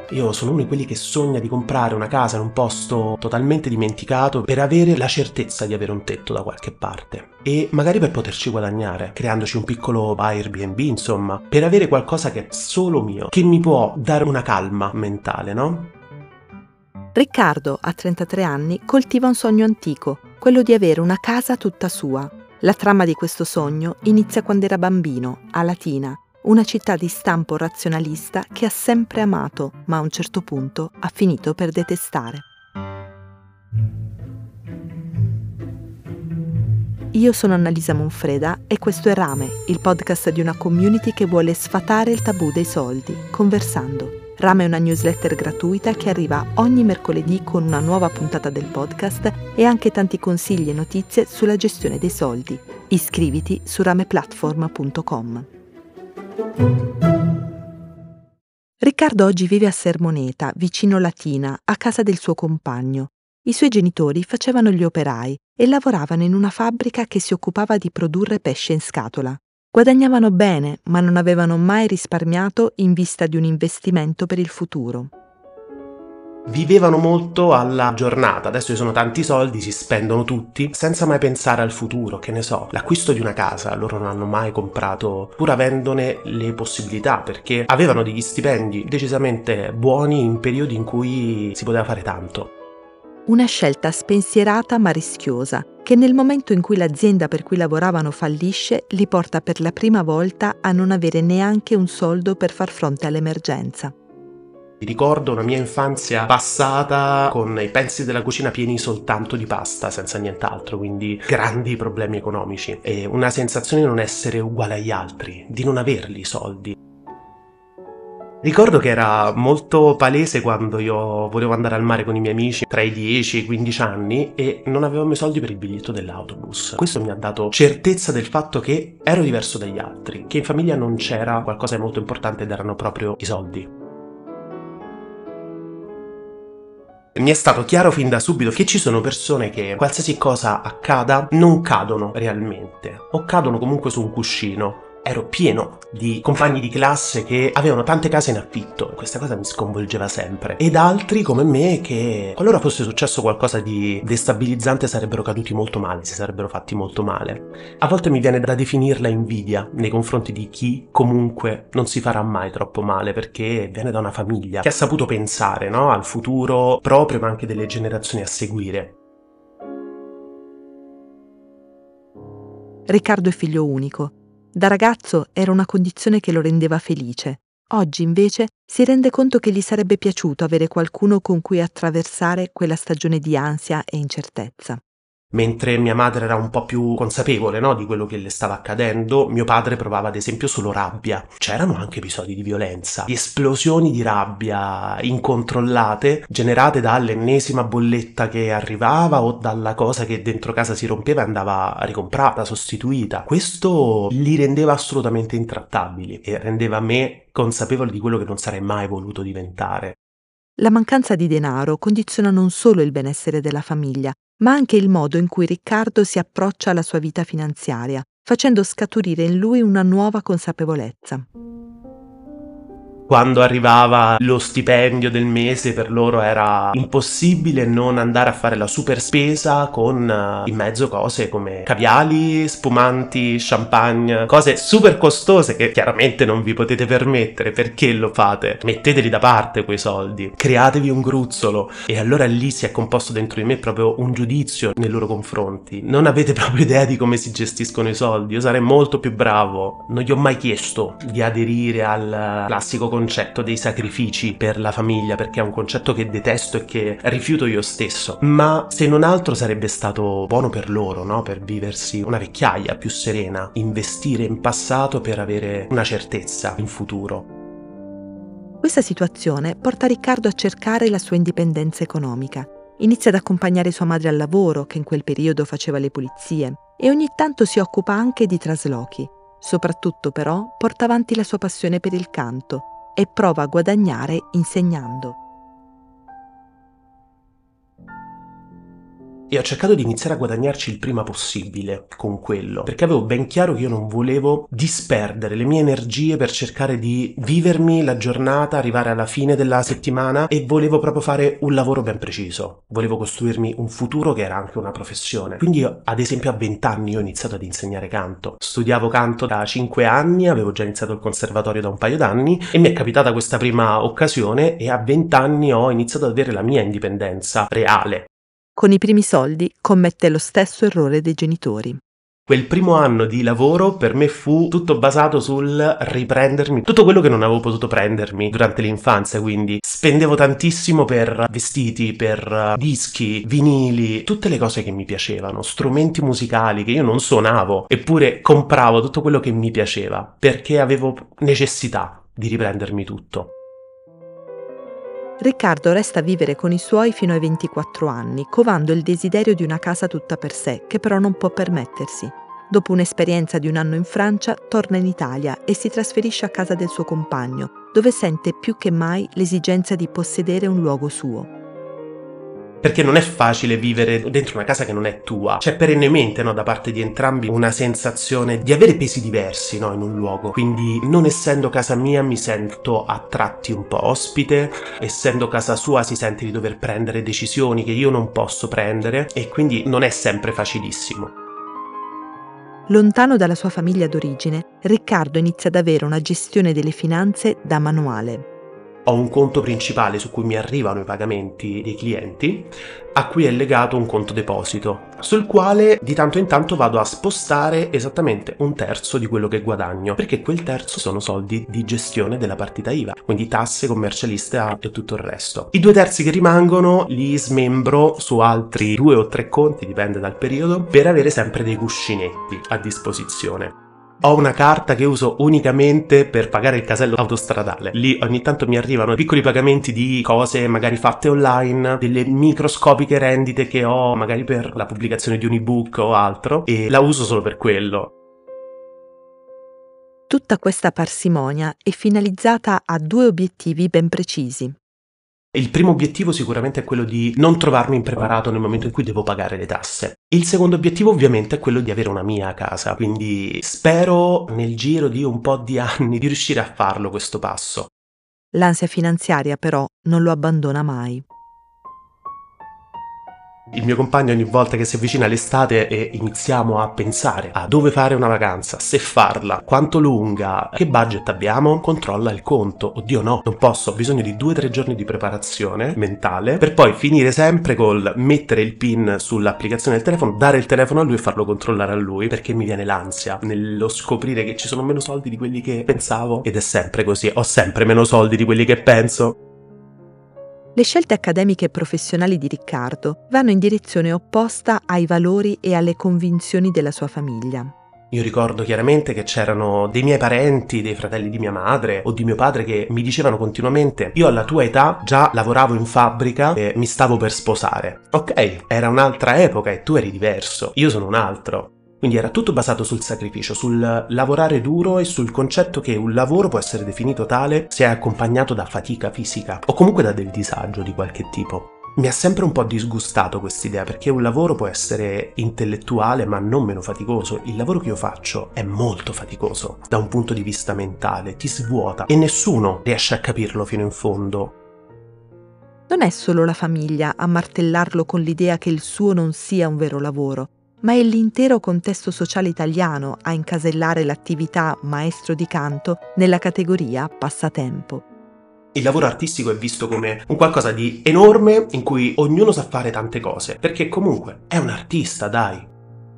Io sono uno di quelli che sogna di comprare una casa in un posto totalmente dimenticato per avere la certezza di avere un tetto da qualche parte e magari per poterci guadagnare, creandoci un piccolo Airbnb, insomma, per avere qualcosa che è solo mio, che mi può dare una calma mentale, no? Riccardo, a 33 anni, coltiva un sogno antico, quello di avere una casa tutta sua. La trama di questo sogno inizia quando era bambino, a Latina, una città di stampo razionalista che ha sempre amato, ma a un certo punto ha finito per detestare. Io sono Annalisa Monfreda e questo è Rame, il podcast di una community che vuole sfatare il tabù dei soldi, conversando. Rame è una newsletter gratuita che arriva ogni mercoledì con una nuova puntata del podcast e anche tanti consigli e notizie sulla gestione dei soldi. Iscriviti su rameplatform.com. Riccardo oggi vive a Sermoneta, vicino Latina, a casa del suo compagno. I suoi genitori facevano gli operai e lavoravano in una fabbrica che si occupava di produrre pesce in scatola. Guadagnavano bene, ma non avevano mai risparmiato in vista di un investimento per il futuro. Vivevano molto alla giornata, adesso ci sono tanti soldi, si spendono tutti, senza mai pensare al futuro, che ne so, l'acquisto di una casa, loro non hanno mai comprato, pur avendone le possibilità, perché avevano degli stipendi decisamente buoni in periodi in cui si poteva fare tanto. Una scelta spensierata ma rischiosa, che nel momento in cui l'azienda per cui lavoravano fallisce, li porta per la prima volta a non avere neanche un soldo per far fronte all'emergenza. Ricordo una mia infanzia passata con i pensi della cucina pieni soltanto di pasta, senza nient'altro, quindi grandi problemi economici e una sensazione di non essere uguale agli altri, di non averli i soldi. Ricordo che era molto palese quando io volevo andare al mare con i miei amici tra i 10 e i 15 anni e non avevamo i soldi per il biglietto dell'autobus. Questo mi ha dato certezza del fatto che ero diverso dagli altri, che in famiglia non c'era qualcosa di molto importante ed erano proprio i soldi. Mi è stato chiaro fin da subito che ci sono persone che qualsiasi cosa accada non cadono realmente o cadono comunque su un cuscino. Ero pieno di compagni di classe che avevano tante case in affitto, questa cosa mi sconvolgeva sempre, ed altri come me che qualora fosse successo qualcosa di destabilizzante sarebbero caduti molto male, si sarebbero fatti molto male. A volte mi viene da definirla invidia nei confronti di chi comunque non si farà mai troppo male perché viene da una famiglia che ha saputo pensare, no, al futuro proprio ma anche delle generazioni a seguire. Riccardo è figlio unico. Da ragazzo era una condizione che lo rendeva felice. Oggi, invece, si rende conto che gli sarebbe piaciuto avere qualcuno con cui attraversare quella stagione di ansia e incertezza. Mentre mia madre era un po' più consapevole, no, di quello che le stava accadendo, mio padre provava ad esempio solo rabbia. C'erano anche episodi di violenza, di esplosioni di rabbia incontrollate, generate dall'ennesima bolletta che arrivava o dalla cosa che dentro casa si rompeva e andava ricomprata, sostituita. Questo li rendeva assolutamente intrattabili e rendeva me consapevole di quello che non sarei mai voluto diventare. La mancanza di denaro condiziona non solo il benessere della famiglia, ma anche il modo in cui Riccardo si approccia alla sua vita finanziaria, facendo scaturire in lui una nuova consapevolezza. Quando arrivava lo stipendio del mese per loro era impossibile non andare a fare la super spesa con in mezzo cose come caviali, spumanti, champagne, cose super costose che chiaramente non vi potete permettere. Perché lo fate? Metteteli da parte quei soldi, createvi un gruzzolo. E allora lì si è composto dentro di me proprio un giudizio nei loro confronti. Non avete proprio idea di come si gestiscono i soldi, io sarei molto più bravo. Non gli ho mai chiesto di aderire al classico concetto dei sacrifici per la famiglia, perché è un concetto che detesto e che rifiuto io stesso, ma se non altro sarebbe stato buono per loro, no? Per viversi una vecchiaia più serena, investire in passato per avere una certezza in futuro. Questa situazione porta Riccardo a cercare la sua indipendenza economica. Inizia ad accompagnare sua madre al lavoro, che in quel periodo faceva le pulizie, e ogni tanto si occupa anche di traslochi. Soprattutto, però, porta avanti la sua passione per il canto e prova a guadagnare insegnando. E ho cercato di iniziare a guadagnarci il prima possibile con quello, perché avevo ben chiaro che io non volevo disperdere le mie energie per cercare di vivermi la giornata, arrivare alla fine della settimana, e volevo proprio fare un lavoro ben preciso. Volevo costruirmi un futuro che era anche una professione. Quindi io, ad esempio, a 20 anni ho iniziato ad insegnare canto. Studiavo canto da 5 anni, avevo già iniziato il conservatorio da un paio d'anni e mi è capitata questa prima occasione e a 20 anni ho iniziato ad avere la mia indipendenza reale. Con i primi soldi commette lo stesso errore dei genitori. Quel primo anno di lavoro per me fu tutto basato sul riprendermi tutto quello che non avevo potuto prendermi durante l'infanzia, quindi spendevo tantissimo per vestiti, per dischi, vinili, tutte le cose che mi piacevano, strumenti musicali che io non suonavo, eppure compravo tutto quello che mi piaceva perché avevo necessità di riprendermi tutto. Riccardo resta a vivere con i suoi fino ai 24 anni, covando il desiderio di una casa tutta per sé, che però non può permettersi. Dopo un'esperienza di un anno in Francia, torna in Italia e si trasferisce a casa del suo compagno, dove sente più che mai l'esigenza di possedere un luogo suo. Perché non è facile vivere dentro una casa che non è tua. C'è perennemente, no, da parte di entrambi una sensazione di avere pesi diversi, no, in un luogo. Quindi, non essendo casa mia, mi sento a tratti un po' ospite. Essendo casa sua, si sente di dover prendere decisioni che io non posso prendere. E quindi non è sempre facilissimo. Lontano dalla sua famiglia d'origine, Riccardo inizia ad avere una gestione delle finanze da manuale. Ho un conto principale su cui mi arrivano i pagamenti dei clienti, a cui è legato un conto deposito, sul quale di tanto in tanto vado a spostare esattamente un terzo di quello che guadagno, perché quel terzo sono soldi di gestione della partita IVA, quindi tasse, commercialiste e tutto il resto. I 2 terzi che rimangono li smembro su altri 2 o 3 conti, dipende dal periodo, per avere sempre dei cuscinetti a disposizione. Ho una carta che uso unicamente per pagare il casello autostradale. Lì ogni tanto mi arrivano piccoli pagamenti di cose magari fatte online, delle microscopiche rendite che ho magari per la pubblicazione di un ebook o altro, e la uso solo per quello. Tutta questa parsimonia è finalizzata a 2 obiettivi ben precisi. Il primo obiettivo sicuramente è quello di non trovarmi impreparato nel momento in cui devo pagare le tasse. Il secondo obiettivo ovviamente è quello di avere una mia casa, quindi spero nel giro di un po' di anni di riuscire a farlo questo passo. L'ansia finanziaria però non lo abbandona mai. Il mio compagno ogni volta che si avvicina l'estate e iniziamo a pensare a dove fare una vacanza, se farla, quanto lunga, che budget abbiamo, controlla il conto. Oddio no, non posso, ho bisogno di 2 o 3 giorni di preparazione mentale per poi finire sempre col mettere il PIN sull'applicazione del telefono, dare il telefono a lui e farlo controllare a lui, perché mi viene l'ansia nello scoprire che ci sono meno soldi di quelli che pensavo, ed è sempre così, ho sempre meno soldi di quelli che penso. Le scelte accademiche e professionali di Riccardo vanno in direzione opposta ai valori e alle convinzioni della sua famiglia. Io ricordo chiaramente che c'erano dei miei parenti, dei fratelli di mia madre o di mio padre che mi dicevano continuamente: io alla tua età già lavoravo in fabbrica e mi stavo per sposare. Ok, era un'altra epoca e tu eri diverso, io sono un altro. Quindi era tutto basato sul sacrificio, sul lavorare duro e sul concetto che un lavoro può essere definito tale se è accompagnato da fatica fisica o comunque da del disagio di qualche tipo. Mi ha sempre un po' disgustato quest'idea, perché un lavoro può essere intellettuale ma non meno faticoso. Il lavoro che io faccio è molto faticoso da un punto di vista mentale, ti svuota e nessuno riesce a capirlo fino in fondo. Non è solo la famiglia a martellarlo con l'idea che il suo non sia un vero lavoro, ma è l'intero contesto sociale italiano a incasellare l'attività maestro di canto nella categoria passatempo. Il lavoro artistico è visto come un qualcosa di enorme in cui ognuno sa fare tante cose, perché comunque è un artista, dai.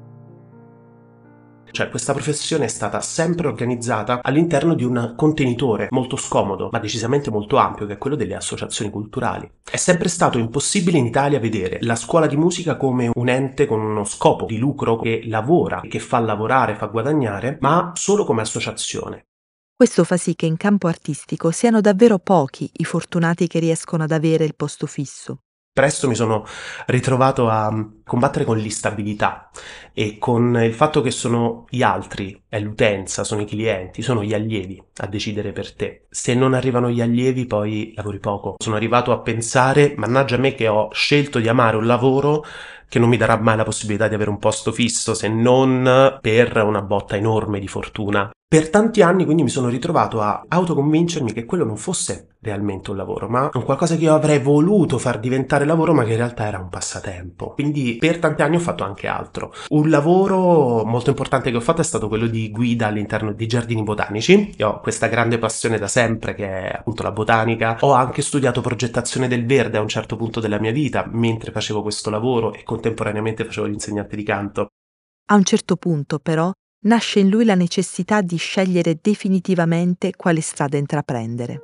Cioè, questa professione è stata sempre organizzata all'interno di un contenitore molto scomodo, ma decisamente molto ampio, che è quello delle associazioni culturali. È sempre stato impossibile in Italia vedere la scuola di musica come un ente con uno scopo di lucro che lavora, che fa lavorare, fa guadagnare, ma solo come associazione. Questo fa sì che in campo artistico siano davvero pochi i fortunati che riescono ad avere il posto fisso. Presto mi sono ritrovato a combattere con l'instabilità e con il fatto che sono gli altri è l'utenza, sono i clienti, sono gli allievi a decidere per te. Se non arrivano gli allievi poi lavori poco. Sono arrivato a pensare, mannaggia me che ho scelto di amare un lavoro che non mi darà mai la possibilità di avere un posto fisso, se non per una botta enorme di fortuna. Per tanti anni quindi mi sono ritrovato a autoconvincermi che quello non fosse realmente un lavoro, ma un qualcosa che io avrei voluto far diventare lavoro, ma che in realtà era un passatempo. Quindi per tanti anni ho fatto anche altro. Un lavoro molto importante che ho fatto è stato quello di guida all'interno di giardini botanici. Io ho questa grande passione da sempre che è appunto la botanica. Ho anche studiato progettazione del verde a un certo punto della mia vita mentre facevo questo lavoro e contemporaneamente facevo l'insegnante di canto. A un certo punto, però, nasce in lui la necessità di scegliere definitivamente quale strada intraprendere.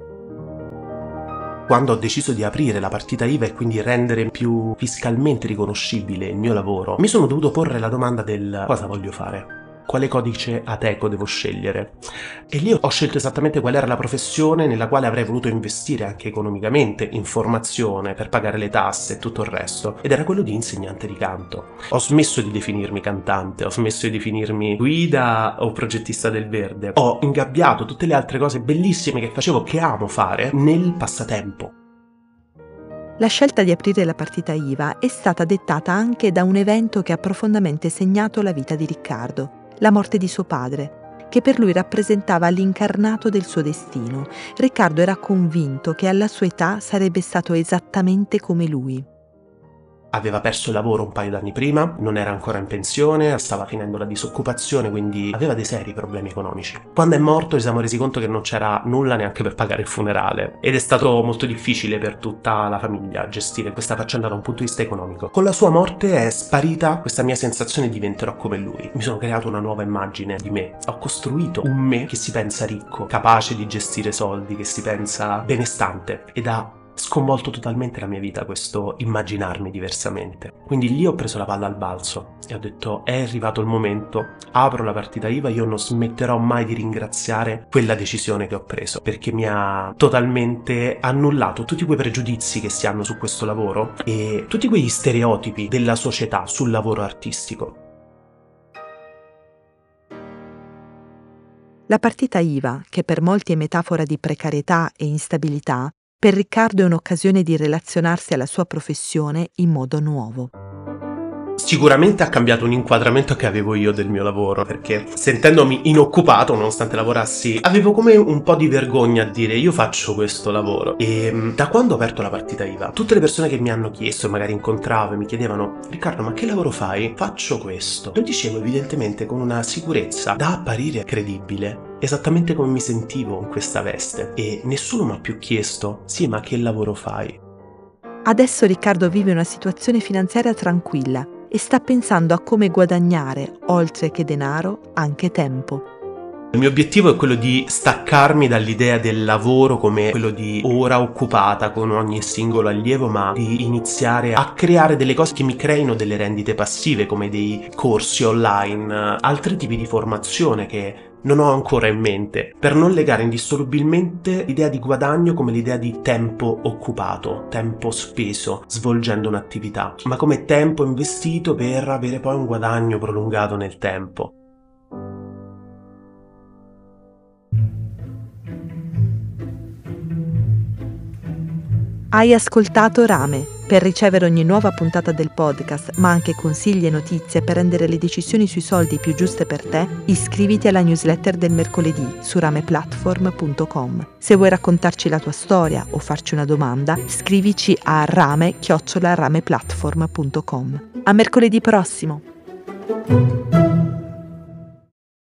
Quando ho deciso di aprire la partita IVA e quindi rendere più fiscalmente riconoscibile il mio lavoro, mi sono dovuto porre la domanda del cosa voglio fare. Quale codice Ateco devo scegliere? E lì ho scelto esattamente qual era la professione nella quale avrei voluto investire anche economicamente, in formazione, per pagare le tasse e tutto il resto, ed era quello di insegnante di canto. Ho smesso di definirmi cantante, ho smesso di definirmi guida o progettista del verde. Ho ingabbiato tutte le altre cose bellissime che facevo, che amo fare, nel passatempo. La scelta di aprire la partita IVA è stata dettata anche da un evento che ha profondamente segnato la vita di Riccardo. La morte di suo padre, che per lui rappresentava l'incarnato del suo destino. Riccardo era convinto che alla sua età sarebbe stato esattamente come lui. Aveva perso il lavoro un paio d'anni prima, non era ancora in pensione, stava finendo la disoccupazione, quindi aveva dei seri problemi economici. Quando è morto ci siamo resi conto che non c'era nulla neanche per pagare il funerale ed è stato molto difficile per tutta la famiglia gestire questa faccenda da un punto di vista economico. Con la sua morte è sparita questa mia sensazione di diventerò come lui. Mi sono creato una nuova immagine di me. Ho costruito un me che si pensa ricco, capace di gestire soldi, che si pensa benestante ed ha sconvolto totalmente la mia vita questo immaginarmi diversamente. Quindi lì ho preso la palla al balzo e ho detto è arrivato il momento, apro la partita IVA, io non smetterò mai di ringraziare quella decisione che ho preso perché mi ha totalmente annullato tutti quei pregiudizi che si hanno su questo lavoro e tutti quegli stereotipi della società sul lavoro artistico. La partita IVA, che per molti è metafora di precarietà e instabilità, per Riccardo è un'occasione di relazionarsi alla sua professione in modo nuovo. Sicuramente ha cambiato un inquadramento che avevo io del mio lavoro, perché sentendomi inoccupato, nonostante lavorassi, avevo come un po' di vergogna a dire io faccio questo lavoro. E da quando ho aperto la partita IVA, tutte le persone che mi hanno chiesto, magari incontravo e mi chiedevano Riccardo, ma che lavoro fai? Faccio questo. Lo dicevo evidentemente con una sicurezza da apparire credibile, esattamente come mi sentivo in questa veste. E nessuno mi ha più chiesto sì, ma che lavoro fai? Adesso Riccardo vive una situazione finanziaria tranquilla e sta pensando a come guadagnare, oltre che denaro, anche tempo. Il mio obiettivo è quello di staccarmi dall'idea del lavoro come quello di ora occupata con ogni singolo allievo, ma di iniziare a creare delle cose che mi creino delle rendite passive, come dei corsi online, altri tipi di formazione che non ho ancora in mente, per non legare indissolubilmente l'idea di guadagno come l'idea di tempo occupato, tempo speso svolgendo un'attività, ma come tempo investito per avere poi un guadagno prolungato nel tempo. Hai ascoltato Rame. Per ricevere ogni nuova puntata del podcast, ma anche consigli e notizie per rendere le decisioni sui soldi più giuste per te, iscriviti alla newsletter del mercoledì su rameplatform.com. Se vuoi raccontarci la tua storia o farci una domanda, scrivici a rame@rameplatform.com. A mercoledì prossimo!